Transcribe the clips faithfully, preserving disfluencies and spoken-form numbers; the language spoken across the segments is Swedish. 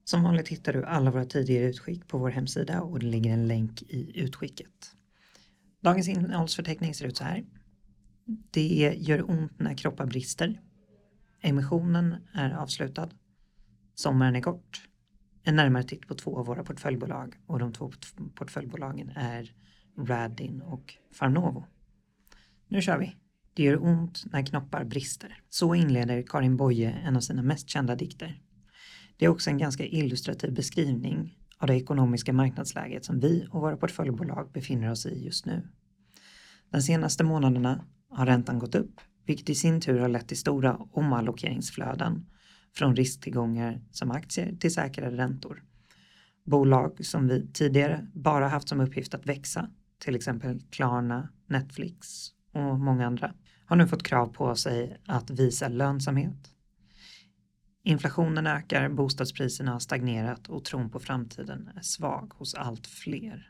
Som vanligt hittar du alla våra tidigare utskick på vår hemsida och det ligger en länk i utskicket. Dagens innehållsförteckning ser ut så här. Det gör ont när kroppar brister. Emissionen är avslutad. Sommaren är kort. En närmare titt på två av våra portföljbolag och de två portföljbolagen är Radin och Farnovo. Nu kör vi. Det gör ont när knoppar brister. Så inleder Karin Boye en av sina mest kända dikter. Det är också en ganska illustrativ beskrivning av det ekonomiska marknadsläget som vi och våra portföljbolag befinner oss i just nu. De senaste månaderna har räntan gått upp, vilket i sin tur har lett till stora omallokeringsflöden från risktillgångar som aktier till säkrare räntor. Bolag som vi tidigare bara haft som uppgift att växa, till exempel Klarna, Netflix och många andra, har nu fått krav på sig att visa lönsamhet. Inflationen ökar, bostadspriserna har stagnerat och tron på framtiden är svag hos allt fler.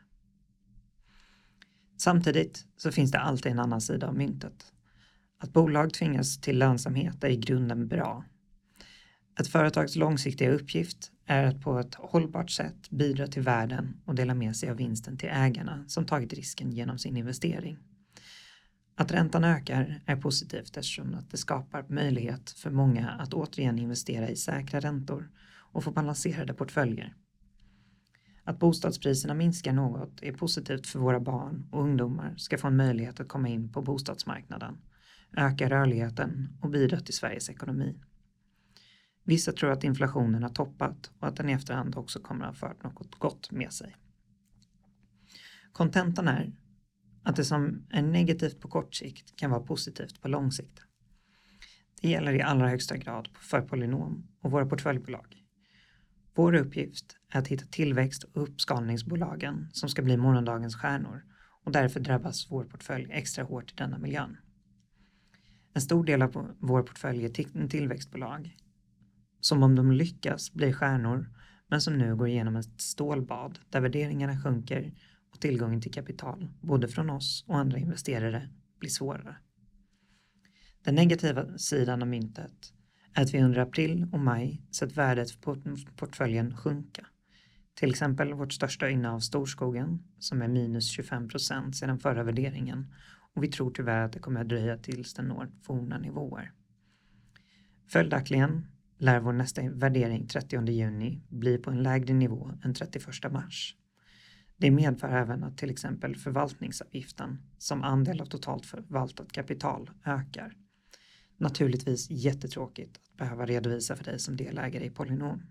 Samtidigt så finns det alltid en annan sida av myntet. Att bolag tvingas till lönsamhet är i grunden bra. Ett företags långsiktiga uppgift är att på ett hållbart sätt bidra till världen och dela med sig av vinsten till ägarna som tagit risken genom sin investering. Att räntan ökar är positivt eftersom att det skapar möjlighet för många att återigen investera i säkra räntor och få balanserade portföljer. Att bostadspriserna minskar något är positivt för våra barn och ungdomar ska få en möjlighet att komma in på bostadsmarknaden, öka rörligheten och bidra till Sveriges ekonomi. Vissa tror att inflationen har toppat och att den i efterhand också kommer att ha fört något gott med sig. Kontentan är att det som är negativt på kort sikt kan vara positivt på lång sikt. Det gäller i allra högsta grad för Polynom och våra portföljbolag. Vår uppgift är att hitta tillväxt- och uppskalningsbolagen som ska bli morgondagens stjärnor och därför drabbas vår portfölj extra hårt i denna miljön. En stor del av vår portfölj är tillväxtbolag som om de lyckas blir stjärnor men som nu går igenom ett stålbad där värderingarna sjunker och tillgången till kapital, både från oss och andra investerare, blir svårare. Den negativa sidan av myntet är att vi under april och maj sett värdet på portföljen sjunka. Till exempel vårt största innehav Storskogen som är minus tjugofem procent sedan förra värderingen och vi tror tyvärr att det kommer att dröja tills den når forna nivåer. Följaktligen lär vår nästa värdering trettionde juni bli på en lägre nivå än trettioförsta mars. Det medför även att till exempel förvaltningsavgiften som andel av totalt förvaltat kapital ökar. Naturligtvis jättetråkigt att behöva redovisa för dig som delägare i Polynom.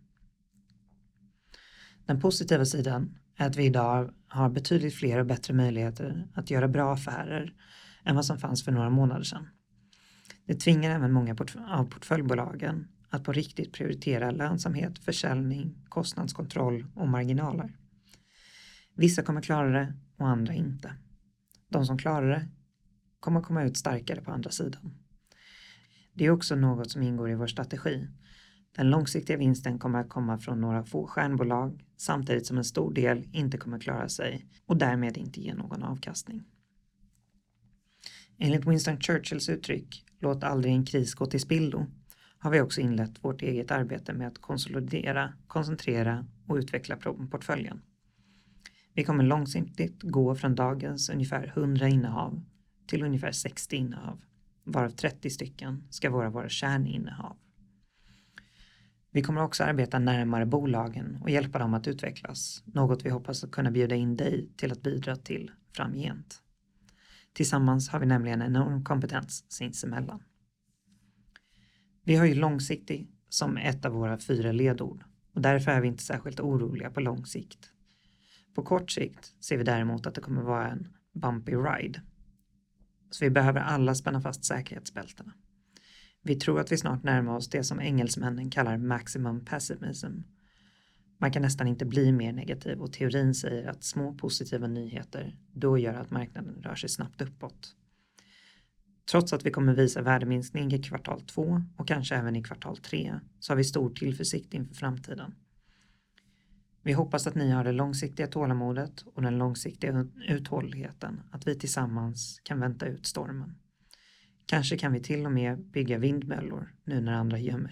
Den positiva sidan är att vi idag har betydligt fler och bättre möjligheter att göra bra affärer än vad som fanns för några månader sedan. Det tvingar även många av portföljbolagen att på riktigt prioritera lönsamhet, försäljning, kostnadskontroll och marginaler. Vissa kommer klara det och andra inte. De som klarar det kommer komma ut starkare på andra sidan. Det är också något som ingår i vår strategi. Den långsiktiga vinsten kommer att komma från några få stjärnbolag samtidigt som en stor del inte kommer klara sig och därmed inte ge någon avkastning. Enligt Winston Churchills uttryck, låt aldrig en kris gå till spillo, har vi också inlett vårt eget arbete med att konsolidera, koncentrera och utveckla portföljen. Vi kommer långsiktigt gå från dagens ungefär hundra innehav till ungefär sextio innehav, varav trettio stycken ska vara våra kärninnehav. Vi kommer också arbeta närmare bolagen och hjälpa dem att utvecklas, något vi hoppas att kunna bjuda in dig till att bidra till framgent. Tillsammans har vi nämligen en enorm kompetens sinsemellan. Vi har ju långsiktig som ett av våra fyra ledord och därför är vi inte särskilt oroliga på lång sikt. På kort sikt ser vi däremot att det kommer vara en bumpy ride. Så vi behöver alla spänna fast säkerhetsbältena. Vi tror att vi snart närmar oss det som engelsmännen kallar maximum pessimism. Man kan nästan inte bli mer negativ och teorin säger att små positiva nyheter då gör att marknaden rör sig snabbt uppåt. Trots att vi kommer visa värdeminskning i kvartal två och kanske även i kvartal tre så har vi stor tillförsikt inför framtiden. Vi hoppas att ni har det långsiktiga tålamodet och den långsiktiga uthålligheten att vi tillsammans kan vänta ut stormen. Kanske kan vi till och med bygga vindmöllor nu när andra gömmer sig.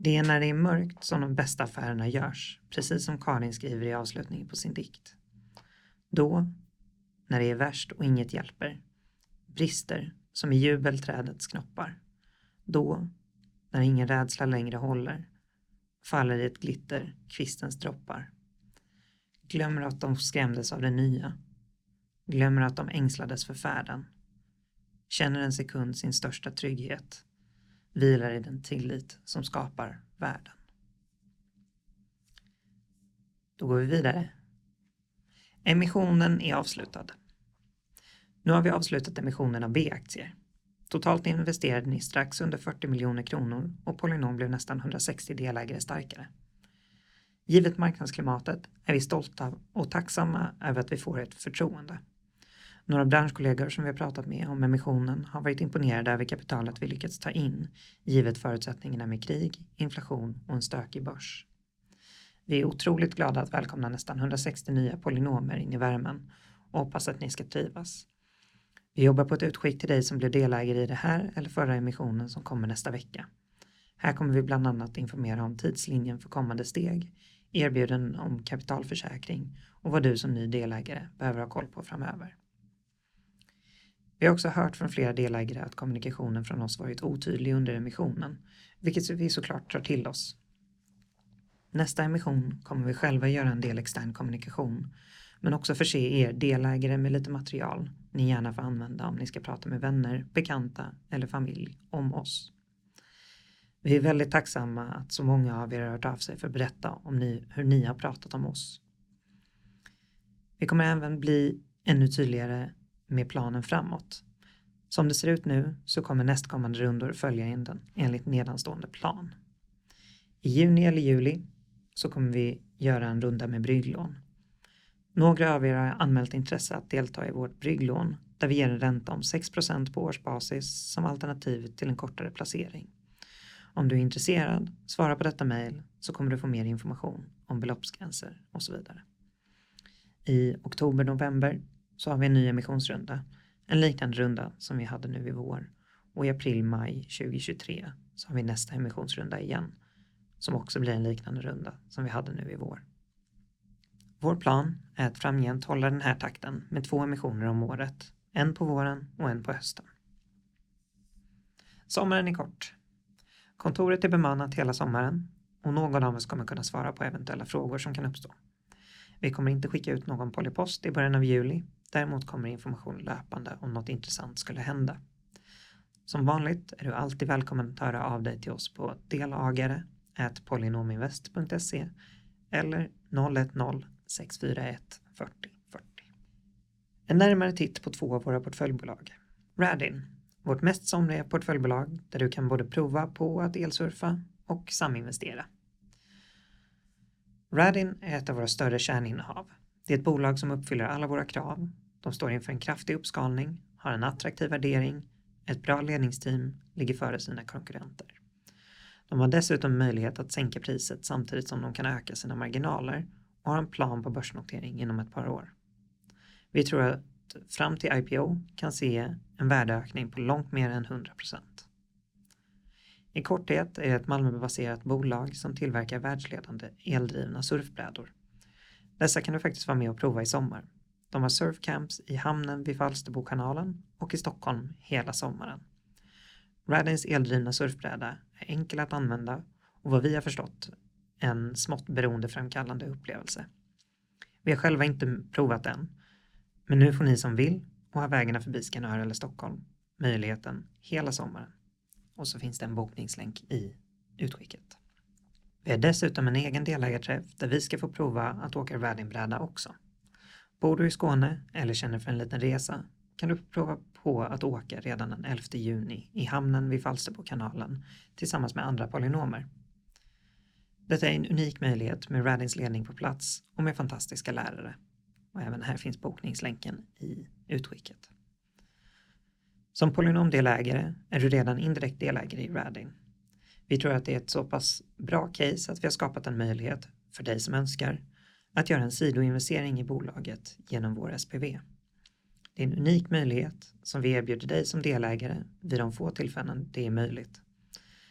Det är när det är mörkt som de bästa affärerna görs, precis som Karin skriver i avslutningen på sin dikt. Då, när det är värst och inget hjälper, brister som i jubelträdets knoppar. Då, när ingen rädsla längre håller, faller i ett glitter kvistens droppar. Glömmer att de skrämdes av det nya. Glömmer att de ängslades för färden. Känner en sekund sin största trygghet. Vilar i den tillit som skapar världen. Då går vi vidare. Emissionen är avslutad. Nu har vi avslutat emissionen av B-aktier. Totalt investerade ni strax under fyrtio miljoner kronor och Polynom blev nästan hundrasextio delägare starkare. Givet marknadsklimatet är vi stolta och tacksamma över att vi får ett förtroende. Några branschkollegor som vi har pratat med om emissionen har varit imponerade över kapitalet vi lyckats ta in, givet förutsättningarna med krig, inflation och en stökig börs. Vi är otroligt glada att välkomna nästan hundrasextio nya polynomer in i värmen och hoppas att ni ska trivas. Vi jobbar på ett utskick till dig som blir delägare i det här eller förra emissionen som kommer nästa vecka. Här kommer vi bland annat informera om tidslinjen för kommande steg, erbjudanden om kapitalförsäkring och vad du som ny delägare behöver ha koll på framöver. Vi har också hört från flera delägare att kommunikationen från oss varit otydlig under emissionen, vilket vi såklart tar till oss. Nästa emission kommer vi själva göra en del extern kommunikation, men också förse er delägare med lite material ni gärna får använda om ni ska prata med vänner, bekanta eller familj om oss. Vi är väldigt tacksamma att så många av er har hört av sig för att berätta om ni, hur ni har pratat om oss. Vi kommer även bli ännu tydligare med planen framåt. Som det ser ut nu så kommer nästkommande rundor följa in den enligt nedanstående plan. I juni eller juli så kommer vi göra en runda med brygglån. Några av er har anmält intresse att delta i vårt brygglån där vi ger en ränta om sex procent på årsbasis som alternativ till en kortare placering. Om du är intresserad, svara på detta mejl så kommer du få mer information om beloppsgränser och så vidare. I oktober-november så har vi en ny emissionsrunda, en liknande runda som vi hade nu i vår. Och i april-maj tjugohundratjugotre så har vi nästa emissionsrunda igen, som också blir en liknande runda som vi hade nu i vår. Vår plan är att framgent hålla den här takten med två emissioner om året, en på våren och en på hösten. Sommaren är kort. Kontoret är bemannat hela sommaren och någon av oss kommer kunna svara på eventuella frågor som kan uppstå. Vi kommer inte skicka ut någon polypost i början av juli, däremot kommer information löpande om något intressant skulle hända. Som vanligt är du alltid välkommen att höra av dig till oss på delagare at polynominvest punkt se eller noll ett noll sex fyra ett fyrtio fyrtio. En närmare titt på två av våra portföljbolag. Radin, vårt mest somriga portföljbolag där du kan både prova på att elsurfa och saminvestera. Radin är ett av våra större kärninnehav. Det är ett bolag som uppfyller alla våra krav. De står inför en kraftig uppskalning, har en attraktiv värdering, ett bra ledningsteam, ligger före sina konkurrenter. De har dessutom möjlighet att sänka priset samtidigt som de kan öka sina marginaler och har en plan på börsnotering inom ett par år. Vi tror att fram till I P O kan se en värdeökning på långt mer än hundra procent. I korthet är det ett Malmöbaserat bolag som tillverkar världsledande eldrivna surfbrädor. Dessa kan du faktiskt vara med och prova i sommar. De har surfcamps i hamnen vid Falsterbokanalen och i Stockholm hela sommaren. Radins eldrivna surfbräda är enkel att använda och vad vi har förstått en smått beroendeframkallande upplevelse. Vi har själva inte provat den, men nu får ni som vill och har vägarna förbi Skanör eller Stockholm möjligheten hela sommaren. Och så finns det en bokningslänk i utskicket. Vi har dessutom en egen delägarträff där vi ska få prova att åka Radinbräda också. Bor du i Skåne eller känner för en liten resa kan du prova på att åka redan den elfte juni i hamnen vid Falsterbokanalen tillsammans med andra polynomer. Detta är en unik möjlighet med Radins ledning på plats och med fantastiska lärare. Och även här finns bokningslänken i utskicket. Som polynomdelägare är du redan indirekt delägare i Radin. Vi tror att det är ett så pass bra case att vi har skapat en möjlighet för dig som önskar att göra en sidoinvestering i bolaget genom vår S P V. Det är en unik möjlighet som vi erbjuder dig som delägare vid de få tillfällen det är möjligt.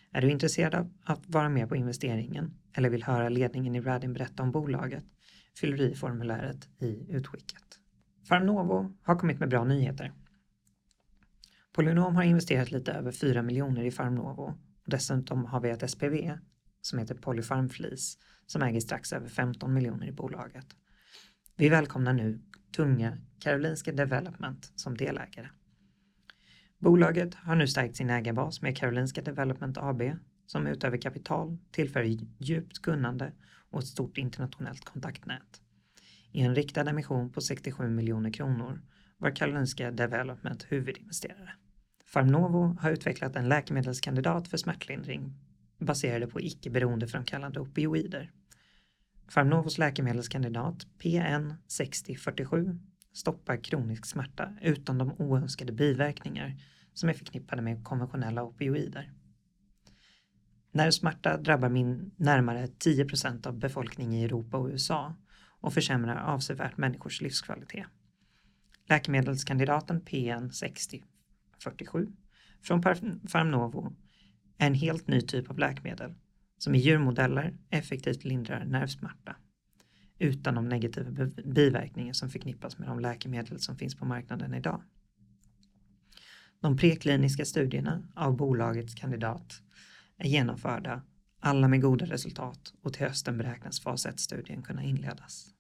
Är du intresserad av att vara med på investeringen eller vill höra ledningen i Radin berätta om bolaget, fyller du i formuläret i utskicket. Farmnovo har kommit med bra nyheter. Polynom har investerat lite över fyra miljoner i Farmnovo och dessutom har vi ett S P V som heter Polyfarm Flis som äger strax över femton miljoner i bolaget. Vi välkomnar nu tunga Karolinska Development som delägare. Bolaget har nu stärkt sin ägarbas med Karolinska Development A B som utöver kapital tillför djupt kunnande och ett stort internationellt kontaktnät. I en riktad emission på sextiosju miljoner kronor var Karolinska Development huvudinvesterare. Farmnovo har utvecklat en läkemedelskandidat för smärtlindring baserade på icke beroendeframkallande opioider. Farmnovos läkemedelskandidat P N sextio fyrtiosju stoppar kronisk smärta utan de oönskade biverkningar som är förknippade med konventionella opioider. Nervsmärta drabbar min närmare tio procent av befolkningen i Europa och U S A och försämrar avsevärt människors livskvalitet. Läkemedelskandidaten P N sextio fyrtiosju från Farmnovo är en helt ny typ av läkemedel som i djurmodeller effektivt lindrar nervsmärta utan de negativa biverkningar som förknippas med de läkemedel som finns på marknaden idag. De prekliniska studierna av bolagets kandidat är genomförda, alla med goda resultat, och till hösten beräknas fas ett-studien kunna inledas.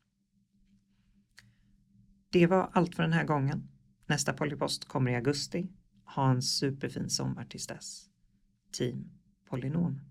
Det var allt för den här gången. Nästa Polypost kommer i augusti. Ha en superfin sommar tills dess. Team Polynom.